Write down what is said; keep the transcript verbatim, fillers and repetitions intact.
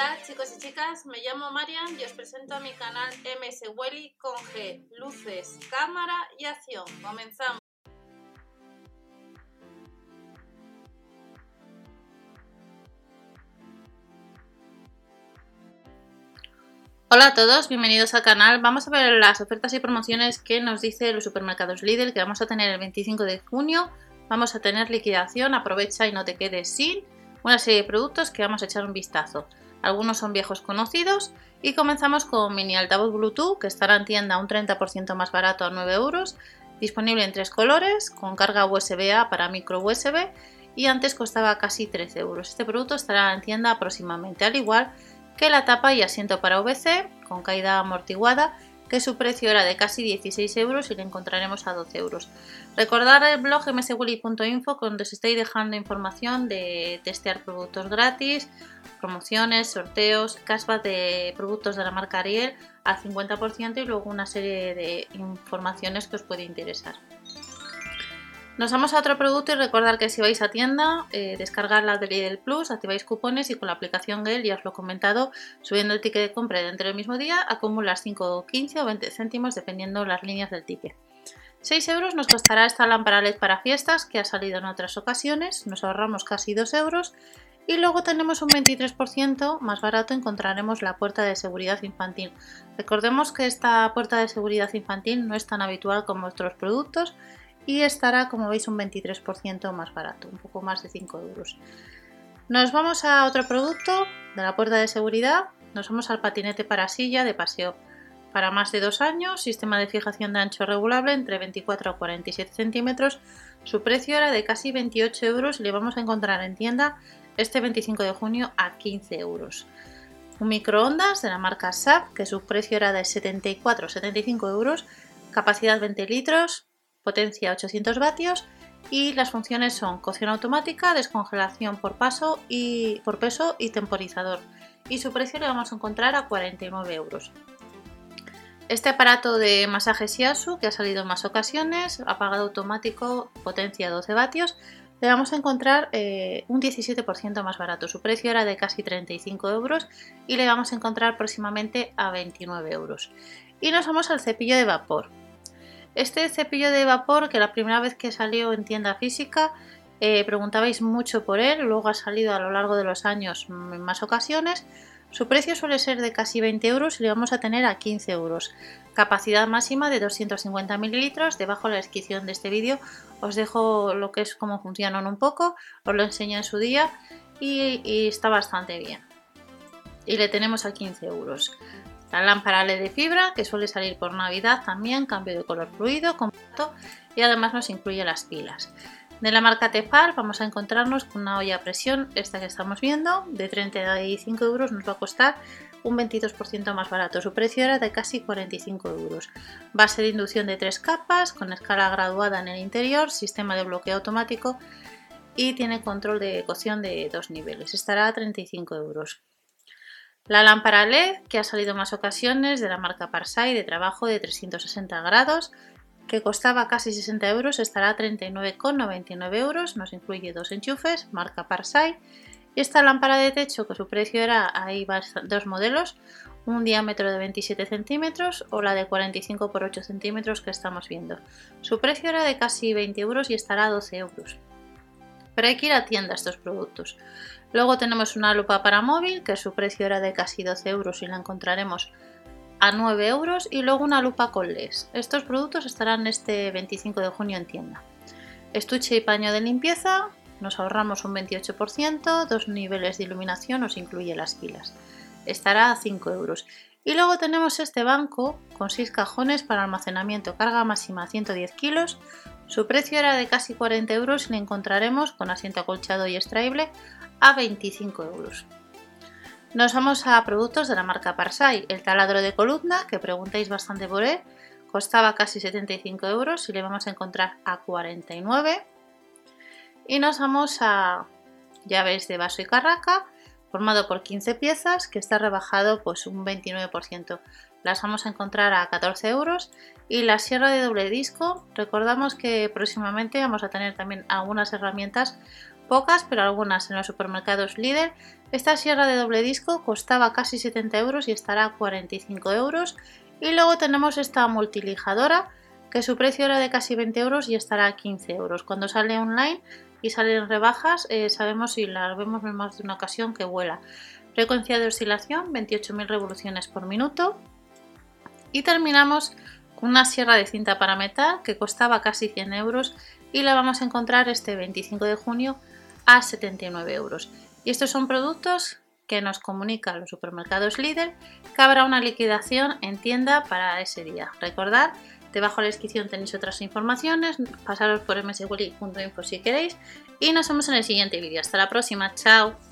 Hola chicos y chicas, me llamo Marian y os presento a mi canal M S Welly con G, luces, cámara y acción. Comenzamos. Hola a todos, bienvenidos al canal. Vamos a ver las ofertas y promociones que nos dice los supermercados Lidl que vamos a tener el veinticinco de junio. Vamos a tener liquidación, aprovecha y no te quedes sin una serie de productos que vamos a echar un vistazo. Algunos son viejos conocidos y comenzamos con mini altavoz Bluetooth que estará en tienda un treinta por ciento más barato a nueve euros, disponible en tres colores, con carga U S B A para micro U S B y antes costaba casi trece euros. Este producto estará en tienda próximamente, al igual que la tapa y asiento para V C con caída amortiguada, que su precio era de casi dieciséis euros y le encontraremos a doce euros. Recordad el blog m s welly punto info donde os estoy dejando información de testear productos gratis, promociones, sorteos, cashback de productos de la marca Ariel al cincuenta por ciento y luego una serie de informaciones que os puede interesar. Nos vamos a otro producto y recordad que si vais a tienda, eh, descargar la de Lidl Plus, activáis cupones y con la aplicación Gale, ya os lo he comentado, subiendo el ticket de compra dentro del mismo día, acumulas cinco, quince o veinte céntimos dependiendo las líneas del ticket. seis euros nos costará esta lámpara L E D para fiestas que ha salido en otras ocasiones, nos ahorramos casi dos euros y luego tenemos un veintitrés por ciento más barato, encontraremos la puerta de seguridad infantil. Recordemos que esta puerta de seguridad infantil no es tan habitual como otros productos y estará, como veis, un veintitrés por ciento más barato, un poco más de cinco euros. Nos vamos a otro producto de la puerta de seguridad, nos vamos al patinete para silla de paseo para más de dos años, sistema de fijación de ancho regulable entre veinticuatro a cuarenta y siete centímetros, su precio era de casi veintiocho euros y le vamos a encontrar en tienda este veinticinco de junio a quince euros. Un microondas de la marca S A P que su precio era de setenta y cuatro a setenta y cinco euros, capacidad veinte litros, potencia ochocientos vatios y las funciones son cocción automática, descongelación por paso y por peso y temporizador, y su precio le vamos a encontrar a cuarenta y nueve euros. Este aparato de masaje Shiatsu que ha salido en más ocasiones, apagado automático, potencia doce vatios, le vamos a encontrar eh, un diecisiete por ciento más barato, su precio era de casi treinta y cinco euros y le vamos a encontrar próximamente a veintinueve euros. Y nos vamos al cepillo de vapor. Este cepillo de vapor, que la primera vez que salió en tienda física eh, preguntabais mucho por él, luego ha salido a lo largo de los años en más ocasiones, su precio suele ser de casi veinte euros y le vamos a tener a quince euros. Capacidad máxima de doscientos cincuenta mililitros, debajo de la descripción de este vídeo os dejo lo que es cómo funcionan un poco, os lo enseño en su día y, y está bastante bien. Y le tenemos a quince euros. La lámpara L E D de fibra que suele salir por Navidad también, cambio de color fluido, compacto y además nos incluye las pilas. De la marca Tefal vamos a encontrarnos con una olla a presión, esta que estamos viendo, de treinta y cinco euros nos va a costar un veintidós por ciento más barato, su precio era de casi cuarenta y cinco euros. Base de inducción de tres capas, con escala graduada en el interior, sistema de bloqueo automático y tiene control de cocción de dos niveles, estará a treinta y cinco euros. La lámpara L E D, que ha salido en más ocasiones, de la marca Parsai, de trabajo de trescientos sesenta grados, que costaba casi sesenta euros, estará a treinta y nueve con noventa y nueve euros, nos incluye dos enchufes, marca Parsai. Y esta lámpara de techo, que su precio era, ahí va dos modelos, un diámetro de veintisiete centímetros o la de cuarenta y cinco por ocho centímetros que estamos viendo. Su precio era de casi veinte euros y estará a doce euros. Pero hay que ir a tienda a estos productos. Luego tenemos una lupa para móvil que su precio era de casi doce euros y la encontraremos a nueve euros y luego una lupa con L E S. Estos productos estarán este veinticinco de junio en tienda. Estuche y paño de limpieza, nos ahorramos un veintiocho por ciento, dos niveles de iluminación, nos incluye las pilas. Estará a cinco euros. Y luego tenemos este banco con seis cajones para almacenamiento, carga máxima ciento diez kilos. Su precio era de casi cuarenta euros y le encontraremos con asiento acolchado y extraíble a veinticinco euros. Nos vamos a productos de la marca Parsai. El taladro de columna, que preguntáis bastante por él, costaba casi setenta y cinco euros y le vamos a encontrar a cuarenta y nueve. Y nos vamos a llaves de vaso y carraca, formado por quince piezas, que está rebajado pues un veintinueve por ciento. Las vamos a encontrar a catorce euros. Y la sierra de doble disco, recordamos que próximamente vamos a tener también algunas herramientas pocas, pero algunas en los supermercados Lidl. Esta sierra de doble disco costaba casi setenta euros y estará a cuarenta y cinco euros. Y luego tenemos esta multilijadora, que su precio era de casi veinte euros y estará a quince euros. Cuando sale online y salen rebajas, eh, sabemos si la vemos en más de una ocasión que vuela. Frecuencia de oscilación veintiocho mil revoluciones por minuto. Y terminamos con una sierra de cinta para metal que costaba casi cien euros y la vamos a encontrar este veinticinco de junio a setenta y nueve euros. Y estos son productos que nos comunican los supermercados Lidl que habrá una liquidación en tienda para ese día. Recordad, debajo de la descripción tenéis otras informaciones, pasaros por m s willy punto info si queréis y nos vemos en el siguiente vídeo. Hasta la próxima, chao.